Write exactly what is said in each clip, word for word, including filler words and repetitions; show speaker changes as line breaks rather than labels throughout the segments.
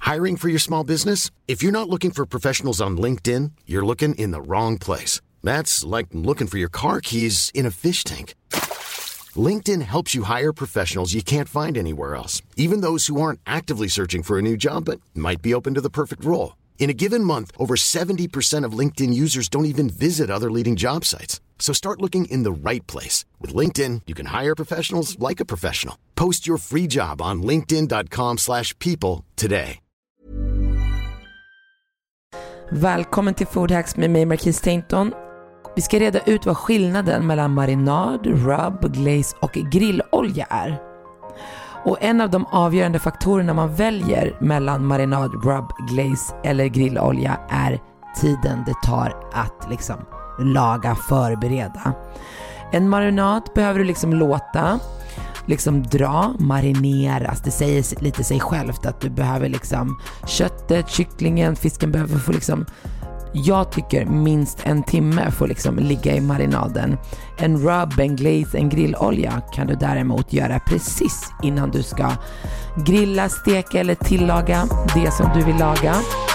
Hiring for your small business? If you're not looking for professionals on LinkedIn, you're looking in the wrong place. That's like looking for your car keys in a fish tank. LinkedIn helps you hire professionals you can't find anywhere else, even those who aren't actively searching for a new job but might be open to the perfect role. In a given month, over seventy percent of LinkedIn users don't even visit other leading job sites. So start looking in the right place. With LinkedIn, you can hire professionals like a professional. Post your free job on linkedin dot com slash people today.
Välkommen till Food Hacks med mig, Marquis Tainton. Vi ska reda ut vad skillnaden mellan marinad, rub, glaze och grillolja är. Och en av de avgörande faktorerna man väljer mellan marinad, rub, glaze eller grillolja är tiden det tar att liksom laga, förbereda. En marinad behöver du liksom låta liksom dra, marineras. Det säger lite sig självt att du behöver liksom köttet, kycklingen, fisken behöver få liksom, jag tycker minst en timme får liksom ligga i marinaden. En rub, en glaze, en grillolja kan du däremot göra precis innan du ska grilla, steka eller tillaga det som du vill laga.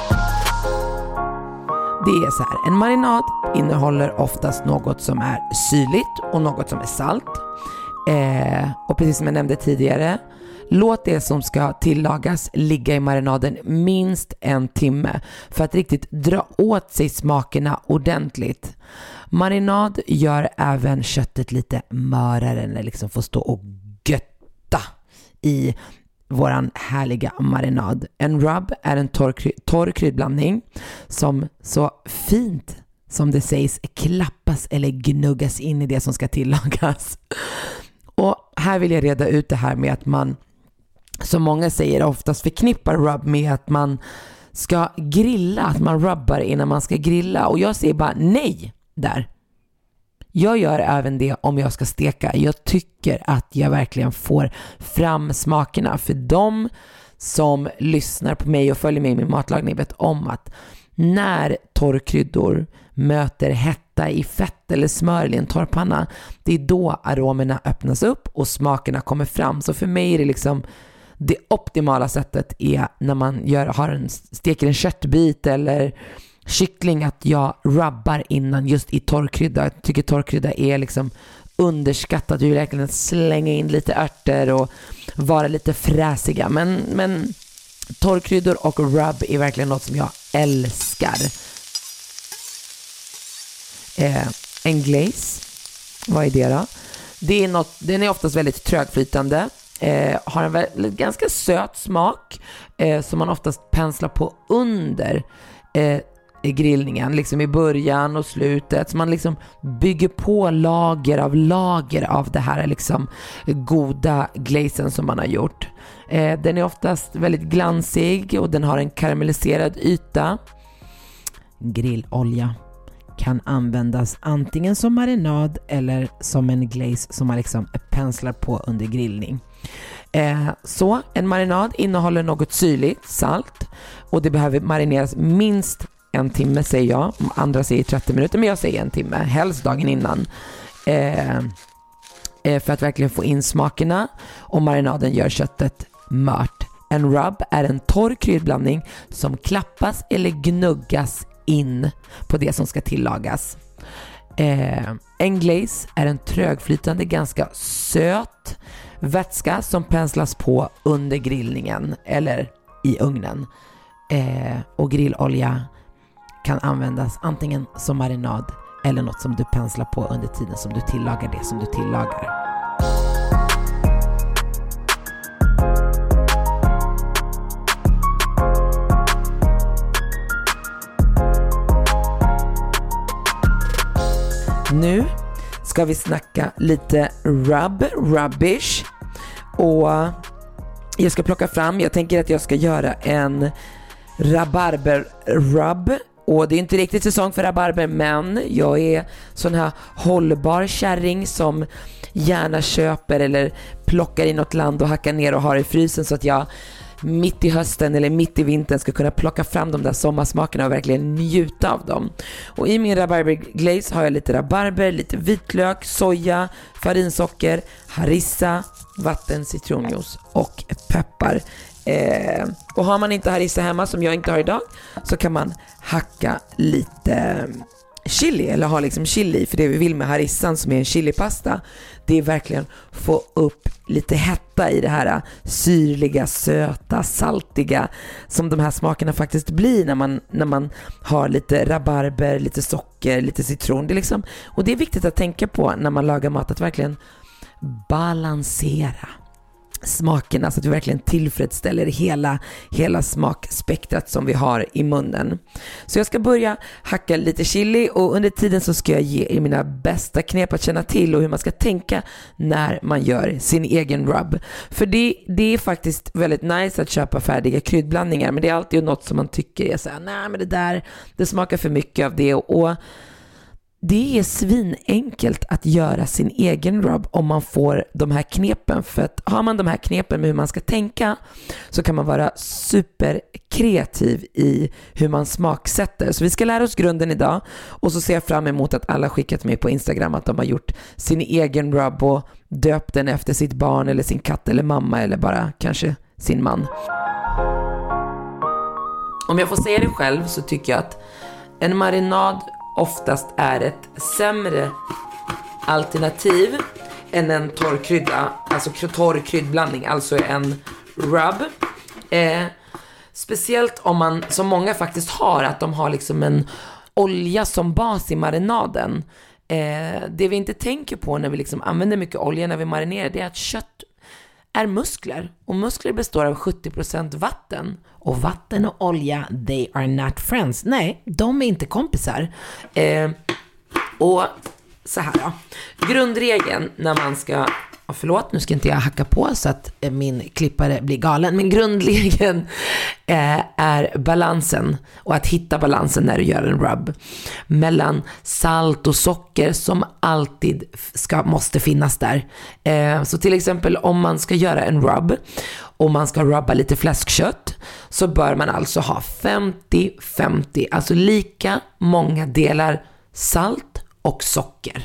Det är så här, en marinad innehåller oftast något som är syrligt och något som är salt. Eh, och precis som jag nämnde tidigare, låt det som ska tillagas ligga i marinaden minst en timme för att riktigt dra åt sig smakerna ordentligt. Marinad gör även köttet lite mörare när det liksom får stå och götta i våran härliga marinad. En rub är en torr, torr kryddblandning som så fint som det sägs klappas eller gnuggas in i det som ska tillagas. Och här vill jag reda ut det här med att man, som många säger, oftast förknippar rub med att man ska grilla, att man rubbar innan man ska grilla. Och jag säger bara nej där. Jag gör även det om jag ska steka. Jag tycker att jag verkligen får fram smakerna. För de som lyssnar på mig och följer mig i min matlagning vet om att när torrkryddor möter hetta i fett eller smör i en torrpanna, det är då aromerna öppnas upp och smakerna kommer fram. Så för mig är det liksom det optimala sättet är när man gör, har en, steker en köttbit eller kyckling, att jag rubbar innan just i torrkrydda. Jag tycker torrkrydda är liksom underskattat. Du vill verkligen slänga in lite örter och vara lite fräsiga. Men, men torrkryddor och rub är verkligen något som jag älskar. Eh, en glaze, vad är det då? Det är något, den är oftast väldigt trögflytande. Eh, har en väldigt, ganska söt smak eh, som man oftast penslar på under eh, grillningen, liksom i början och slutet, så man liksom bygger på lager av lager av det här liksom goda glazen som man har gjort. Eh, den är oftast väldigt glansig och den har en karamelliserad yta. Grillolja kan användas antingen som marinad eller som en glaze som man liksom penslar på under grillning. Eh, så en marinad innehåller något syrligt, salt, och det behöver marineras minst en timme, säger jag. Andra säger trettio minuter, men jag säger en timme, helst dagen innan. Eh, eh, för att verkligen få in smakerna, och marinaden gör köttet mört. En rub är en torr kryddblandning som klappas eller gnuggas in på det som ska tillagas. Eh, en glaze är en trögflytande, ganska söt vätska som penslas på under grillningen eller i ugnen. Eh, och grillolja kan användas antingen som marinad eller något som du penslar på under tiden som du tillagar det som du tillagar. Nu ska vi snacka lite rub, rubbish, och jag ska plocka fram, jag tänker att jag ska göra en rabarber rub, och det är inte riktigt säsong för rabarber, men jag är sån här hållbar kärring som gärna köper eller plockar i något land och hackar ner och har i frysen, så att jag mitt i hösten eller mitt i vintern ska kunna plocka fram de där sommarsmakerna och verkligen njuta av dem. Och i min rabarberglaze har jag lite rabarber, lite vitlök, soja, farinsocker, harissa, vatten, citronjuice och peppar. Eh, och har man inte harissa hemma, som jag inte har idag, så kan man hacka lite chili, eller ha liksom chili, för det vi vill med harissan, som är en chilipasta, det är verkligen få upp lite hetta i det här syrliga, söta, saltiga, som de här smakerna faktiskt blir när man, när man har lite rabarber, lite socker, lite citron. Det är liksom, och det är viktigt att tänka på när man lagar mat, att verkligen balansera smakerna så att vi verkligen tillfredsställer hela, hela smakspektrat som vi har i munnen. Så jag ska börja hacka lite chili, och under tiden så ska jag ge er mina bästa knep att känna till och hur man ska tänka när man gör sin egen rub. För det, det är faktiskt väldigt nice att köpa färdiga kryddblandningar, men det är alltid något som man tycker är så här, nej men det där, det smakar för mycket av det, och det är svinenkelt att göra sin egen rub om man får de här knepen. För att har man de här knepen med hur man ska tänka, så kan man vara superkreativ i hur man smaksätter. Så vi ska lära oss grunden idag, och så ser jag fram emot att alla skickat mig på Instagram att de har gjort sin egen rub och döpt den efter sitt barn eller sin katt eller mamma, eller bara kanske sin man. Om jag får säga det själv, så tycker jag att en marinad oftast är ett sämre alternativ än en torr krydda, alltså torr kryddblandning, alltså en rub. Eh, speciellt om man, som många faktiskt har, att de har liksom en olja som bas i marinaden. Eh, det vi inte tänker på när vi liksom använder mycket olja när vi marinerar, det är att kött är muskler, och muskler består av sjuttio procent vatten. Och vatten och olja, they are not friends. Nej, de är inte kompisar. Eh, och så här då. Grundregeln när man ska... Oh, förlåt, nu ska inte jag hacka på så att eh, min klippare blir galen. Men grundregeln eh, är balansen. Och att hitta balansen när du gör en rub. Mellan salt och socker som alltid ska, måste finnas där. Eh, så till exempel om man ska göra en rub och man ska rubba lite fläskkött, så bör man alltså ha femtio femtio. Alltså lika många delar salt och socker.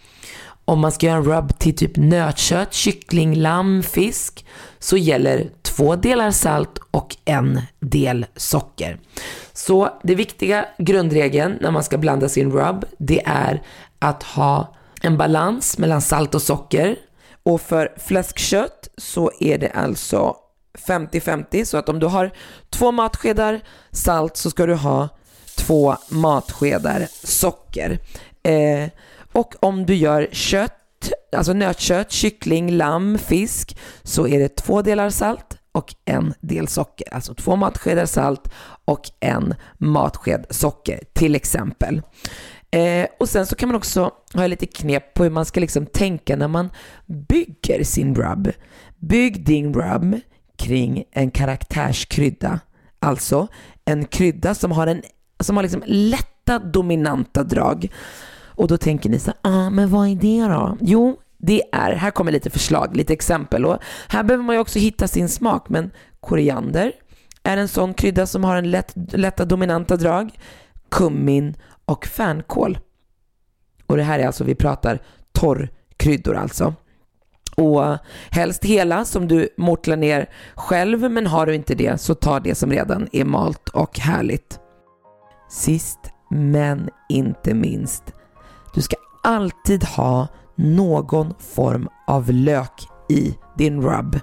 Om man ska göra en rub till typ nötkött, kyckling, lamm, fisk, så gäller två delar salt och en del socker. Så det viktiga grundregeln när man ska blanda sin rub, det är att ha en balans mellan salt och socker. Och för fläskkött så är det alltså femtio femtio, så att om du har två matskedar salt, så ska du ha två matskedar socker. Eh, och om du gör kött, alltså nötkött, kyckling, lamm, fisk, så är det två delar salt och en del socker. Alltså två matskedar salt och en matsked socker till exempel. Eh, och sen så kan man också ha lite knep på hur man ska liksom tänka när man bygger sin rub. Bygg din rub kring en karaktärskrydda. Alltså en krydda som har en som har liksom lätta dominanta drag. Och då tänker ni så ah, men vad är det då? Jo, det är, här kommer lite förslag, lite exempel. Och här behöver man ju också hitta sin smak, men koriander är en sån krydda som har en lätt, lätta dominanta drag. Kummin och fänkål. Och det här är alltså, vi pratar torrkryddor alltså. Och helst hela som du mortlar ner själv, men har du inte det så ta det som redan är malt och härligt. Sist men inte minst, du ska alltid ha någon form av lök i din rub.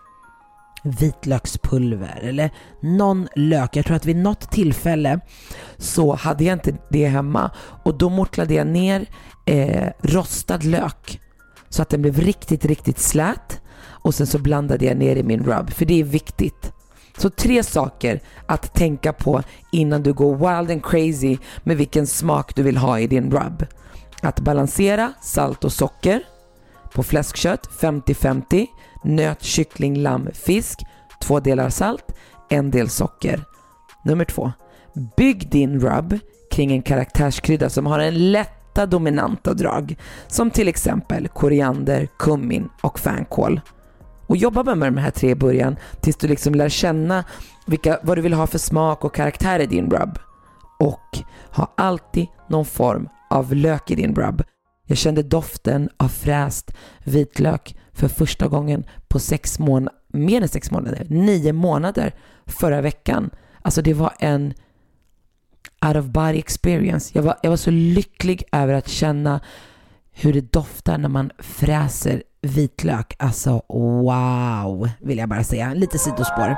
Vitlökspulver eller någon lök. Jag tror att vid något tillfälle så hade jag inte det hemma, och då mortlade jag ner eh, rostad lök så att den blev riktigt, riktigt slät, och sen så blandade jag ner i min rub, för det är viktigt. Så tre saker att tänka på innan du går wild and crazy med vilken smak du vill ha i din rub. Att balansera salt och socker på fläskkött femtio femtio, nöt, kyckling, lamm, fisk, två delar salt, en del socker. Nummer två. Bygg din rub kring en karaktärskrydda som har en lätta dominanta drag, som till exempel koriander, kummin och fänkål. Och jobba med de här tre i början tills du liksom lär känna vilka, vad du vill ha för smak och karaktär i din rub. Och ha alltid någon form av lök i din rub. Jag kände doften av fräst vitlök för första gången på sex mån- mer än sex månader, nio månader förra veckan. Alltså det var en out of body experience. Jag var, jag var så lycklig över att känna hur det doftar när man fräser vitlök. Alltså wow, vill jag bara säga. Lite sidospår.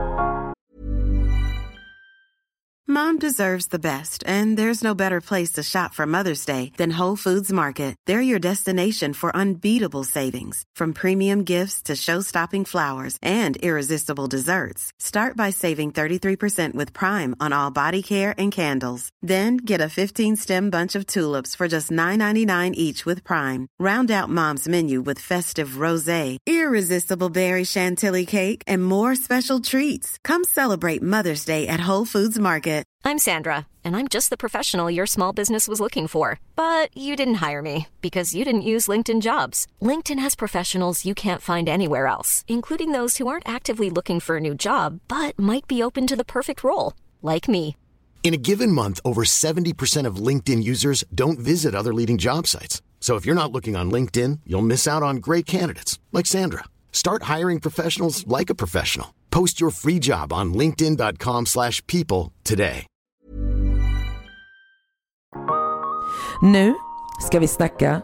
Mom deserves the best, and there's no better place to shop for Mother's Day than Whole Foods Market. They're your destination for unbeatable savings, from premium gifts to show-stopping flowers and irresistible desserts. Start by saving thirty-three percent with Prime on all body care and candles. Then get a fifteen-stem bunch of tulips for just nine ninety-nine each with Prime. Round out Mom's menu with festive rosé, irresistible berry chantilly cake, and more special treats. Come celebrate Mother's Day at Whole Foods Market.
I'm Sandra, and I'm just the professional your small business was looking for. But you didn't hire me because you didn't use LinkedIn Jobs. LinkedIn has professionals you can't find anywhere else, including those who aren't actively looking for a new job, but might be open to the perfect role, like me.
In a given month, over seventy percent of LinkedIn users don't visit other leading job sites. So if you're not looking on LinkedIn, you'll miss out on great candidates like Sandra. Start hiring professionals like a professional. Post your free job on linkedin dot com slash people today.
Nu ska vi snacka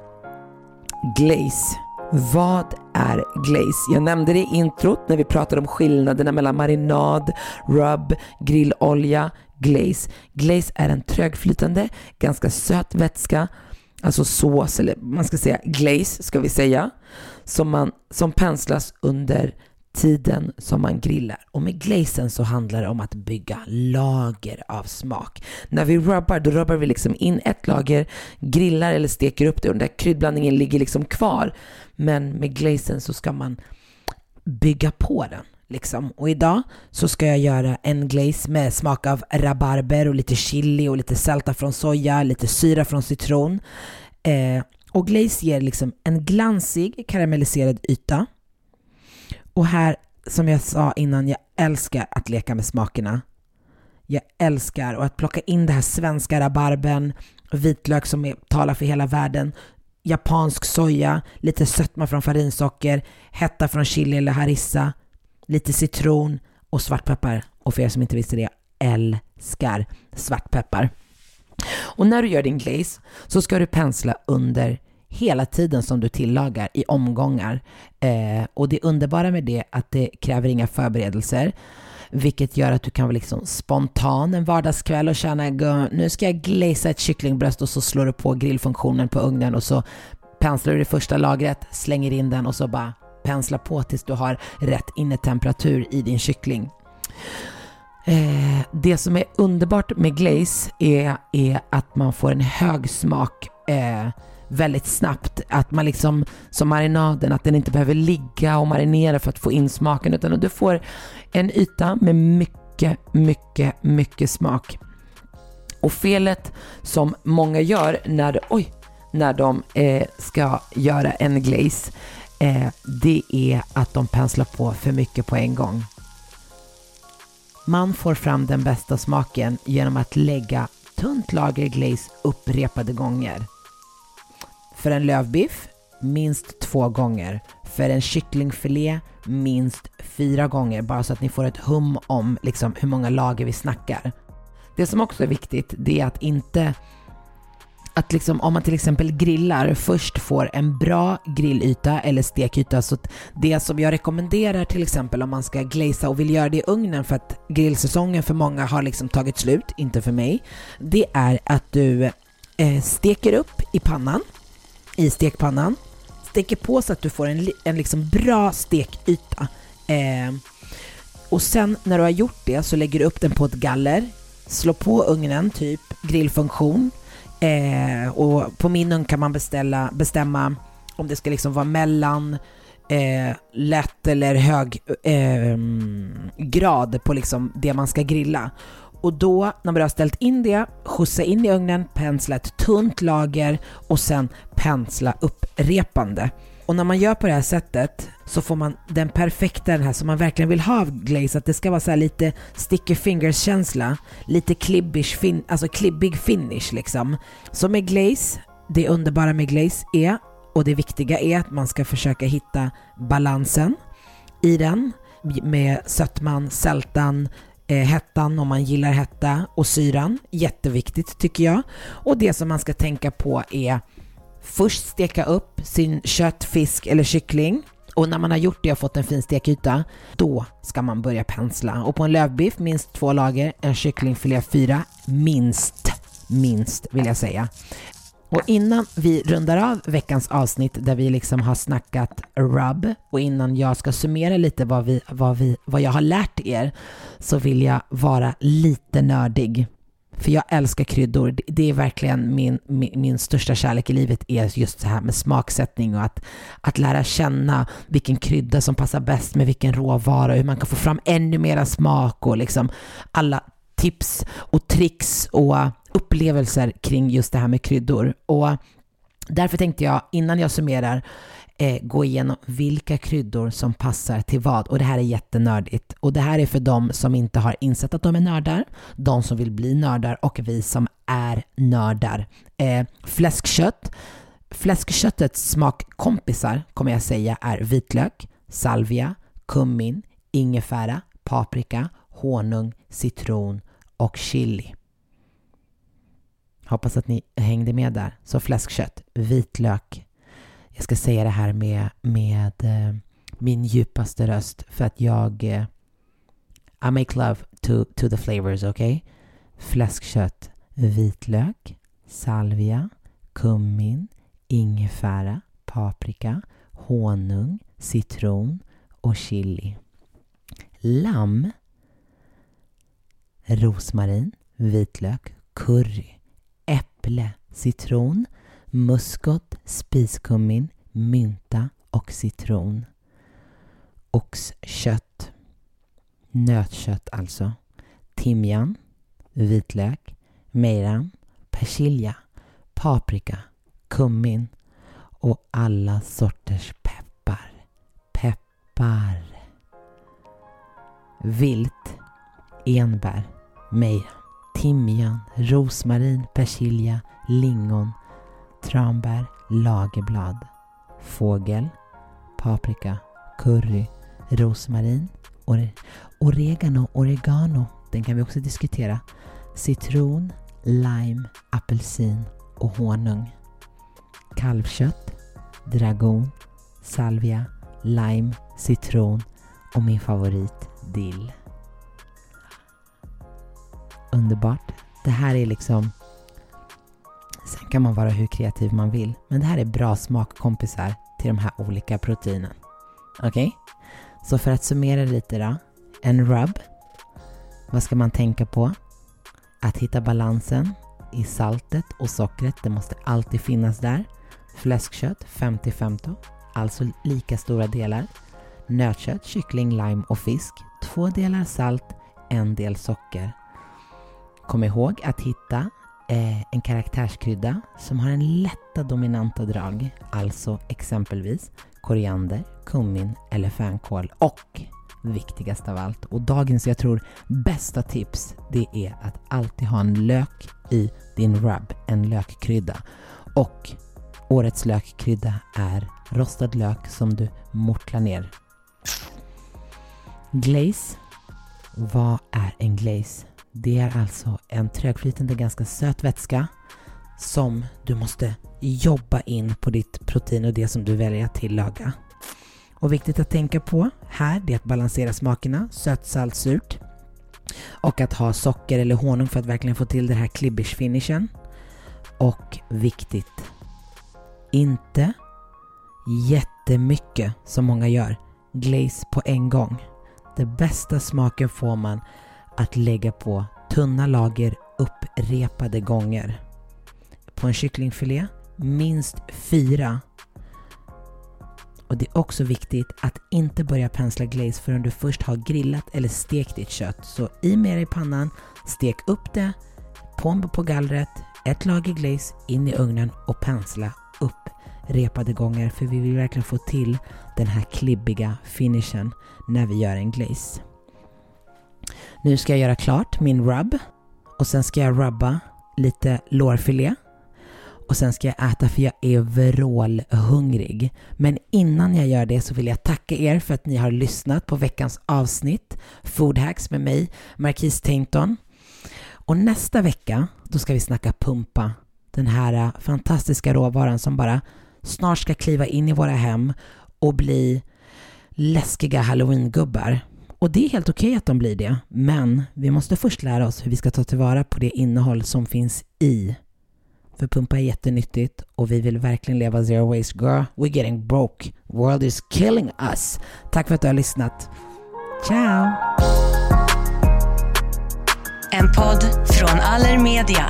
glaze. Vad är glaze? Jag nämnde det i introt när vi pratade om skillnaderna mellan marinad, rub, grillolja, glaze. Glaze är en trögflytande, ganska söt vätska, alltså sås, eller man ska säga glaze ska vi säga, som, man, som penslas under tiden som man grillar. Och med glazen så handlar det om att bygga lager av smak. När vi rubbar, då rubbar vi liksom in ett lager, grillar eller steker upp det och den där kryddblandningen ligger liksom kvar. Men med glazen så ska man bygga på den liksom. Och idag så ska jag göra en glaze med smak av rabarber och lite chili och lite sälta från soja, lite syra från citron. Eh, och glaze ger liksom en glansig karamelliserad yta. Och här, som jag sa innan, jag älskar att leka med smakerna. Jag älskar och att plocka in det här svenska rabarben, vitlök som är, talar för hela världen, japansk soja, lite sötma från farinsocker, hetta från chili eller harissa, lite citron och svartpeppar. Och för er som inte visste det, jag älskar svartpeppar. Och när du gör din glaze så ska du pensla under hela tiden som du tillagar i omgångar. Eh, och det underbara med det är att det kräver inga förberedelser, vilket gör att du kan vara liksom spontan en vardagskväll och känna, nu ska jag glazea ett kycklingbröst, och så slår du på grillfunktionen på ugnen och så penslar du det första lagret, slänger in den och så bara pensla på tills du har rätt innetemperatur i din kyckling. Eh, det som är underbart med glaze är, är att man får en hög smak eh, väldigt snabbt, att man liksom som marinaden, att den inte behöver ligga och marinera för att få in smaken, utan du får en yta med mycket, mycket, mycket smak. Och felet som många gör när de, oj, när de eh, ska göra en glaze, eh, det är att de penslar på för mycket på en gång. Man får fram den bästa smaken genom att lägga tunt lager glaze upprepade gånger. För en lövbiff minst två gånger. För en kycklingfilé minst fyra gånger. Bara så att ni får ett hum om liksom hur många lager vi snackar. Det som också är viktigt, det är att inte att liksom, om man till exempel grillar, först får en bra grillyta eller stekyta. Så att det som jag rekommenderar till exempel om man ska glazea och vill göra det i ugnen, för att grillsäsongen för många har liksom tagit slut, inte för mig, det är att du eh, steker upp i pannan, i stekpannan, steker på så att du får en, en liksom bra stekyta. Eh, och sen när du har gjort det så lägger du upp den på ett galler, slå på ugnen, typ grillfunktion. Eh, och på min ugn kan man beställa, bestämma om det ska liksom vara mellan eh, lätt eller hög eh, grad på liksom det man ska grilla. Och då när man har ställt in det, skjutsa in i ugnen, pensla ett tunt lager och sen pensla upprepande. Och när man gör på det här sättet så får man den perfekta, den här som man verkligen vill ha av glaze, att det ska vara så här lite sticky fingers känsla, lite klibbish fin- alltså klibbig finish liksom. Så med glaze, det underbara med glaze är, och det viktiga är att man ska försöka hitta balansen i den med sötman, sältan, eh, hettan om man gillar hetta och syran. Jätteviktigt tycker jag. Och det som man ska tänka på är först steka upp sin kött, fisk eller kyckling. Och när man har gjort det och fått en fin stekyta, då ska man börja pensla. Och på en lövbiff minst två lager, en kycklingfilé fyra, minst, minst vill jag säga. Och innan vi rundar av veckans avsnitt där vi liksom har snackat rub och innan jag ska summera lite vad, vi, vad, vi, vad jag har lärt er, så vill jag vara lite nördig. För jag älskar kryddor. Det är verkligen min, min, min största kärlek i livet, är just så här med smaksättning och att, att lära känna vilken krydda som passar bäst med vilken råvara, hur man kan få fram ännu mera smak och liksom alla tips och tricks och upplevelser kring just det här med kryddor. Och därför tänkte jag innan jag summerar eh, gå igenom vilka kryddor som passar till vad. Och det här är jättenördigt. Och det här är för de som inte har insett att de är nördar, de som vill bli nördar och vi som är nördar. Eh, fläskkött. Fläskköttets smakkompisar kommer jag säga är vitlök, salvia, kummin, ingefära, paprika, honung, citron och chili. Hoppas att ni hängde med där. Så fläskkött, vitlök. Jag ska säga det här med, med eh, min djupaste röst för att jag eh, I make love to, to the flavors, okay? Fläskkött, vitlök, salvia, kummin, ingefära, paprika, honung, citron och chili. Lamm, rosmarin, vitlök, curry, äpple, citron, muskot, spiskummin, mynta och citron. Oxkött, nötkött alltså, timjan, vitlök, mejran, persilja, paprika, kummin och alla sorters peppar. Peppar. Vilt, enbär, mejran, timjan, rosmarin, persilja, lingon, tranbär, lagerblad, fågel, paprika, curry, rosmarin, ore- oregano, oregano, den kan vi också diskutera, citron, lime, apelsin och honung, kalvkött, dragon, salvia, lime, citron och min favorit, dill. Underbart. Det här är liksom, sen kan man vara hur kreativ man vill, men det här är bra smakkompisar till de här olika proteinen. Okej? Okay? Så för att summera lite då, en rub, vad ska man tänka på? Att hitta balansen i saltet och sockret, det måste alltid finnas där. Fläskkött femtio femtio, alltså lika stora delar. Nötkött, kyckling, lime och fisk, två delar salt, en del socker. Kom ihåg att hitta eh, en karaktärskrydda som har en lätta dominanta drag, alltså exempelvis koriander, kummin eller fänkål. Och viktigast av allt, och dagens jag tror bästa tips, det är att alltid ha en lök i din rub, en lökkrydda. Och årets lökkrydda är rostad lök som du mortlar ner. Glaze. Vad är en glaze? Det är alltså en trögflytande, ganska söt vätska som du måste jobba in på ditt protein och det som du väljer att tillaga. Och viktigt att tänka på här, det är att balansera smakerna, sött, salt, surt. Och att ha socker eller honung för att verkligen få till den här klibbish finishen. Och viktigt, inte jättemycket som många gör, glaze på en gång. Det bästa smaken får man att lägga på tunna lager upprepade gånger. På en kycklingfilé minst fyra. Och det är också viktigt att inte börja pensla glaze förrän du först har grillat eller stekt ditt kött. Så i med det i pannan, stek upp det, på på gallret, ett lager glaze in i ugnen och pensla upp repade gånger, för vi vill verkligen få till den här klibbiga finishen när vi gör en glaze. Nu ska jag göra klart min rub och sen ska jag rubba lite lårfilé. Och sen ska jag äta för jag är vrålhungrig. Men innan jag gör det så vill jag tacka er för att ni har lyssnat på veckans avsnitt Food Hacks med mig, Marquise Tainton. Och nästa vecka då ska vi snacka pumpa. Den här fantastiska råvaran som bara snart ska kliva in i våra hem och bli läskiga Halloween-gubbar. Och det är helt okej att de blir det. Men vi måste först lära oss hur vi ska ta tillvara på det innehåll som finns i. För pumpa är jättenyttigt och vi vill verkligen leva zero waste. Girl, we're getting broke. World is killing us. Tack för att du har lyssnat. Ciao!
En podd från Allermedia.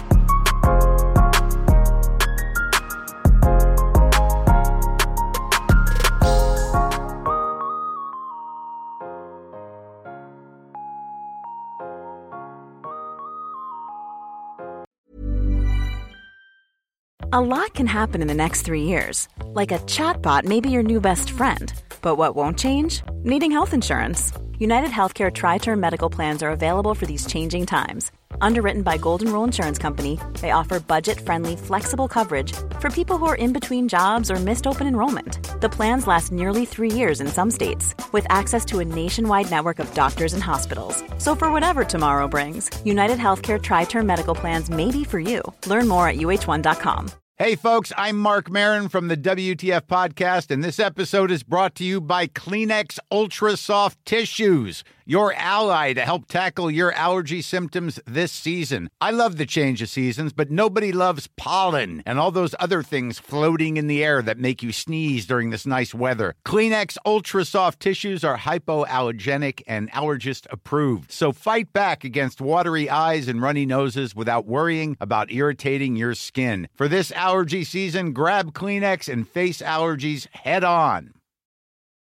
A lot can happen in the next three years. Like a chatbot may be your new best friend. But what won't change? Needing health insurance. United Healthcare Tri-Term Medical Plans are available for these changing times. Underwritten by Golden Rule Insurance Company, they offer budget-friendly, flexible coverage for people who are in between jobs or missed open enrollment. The plans last nearly three years in some states, with access to a nationwide network of doctors and hospitals. So for whatever tomorrow brings, United Healthcare Tri-Term Medical Plans may be for you. Learn more at U H one dot com.
Hey, folks, I'm Mark Maron from the W T F Podcast, and this episode is brought to you by Kleenex Ultra Soft Tissues, your ally to help tackle your allergy symptoms this season. I love the change of seasons, but nobody loves pollen and all those other things floating in the air that make you sneeze during this nice weather. Kleenex Ultra Soft Tissues are hypoallergenic and allergist approved, so fight back against watery eyes and runny noses without worrying about irritating your skin. For this allergy season, grab Kleenex and face allergies head on.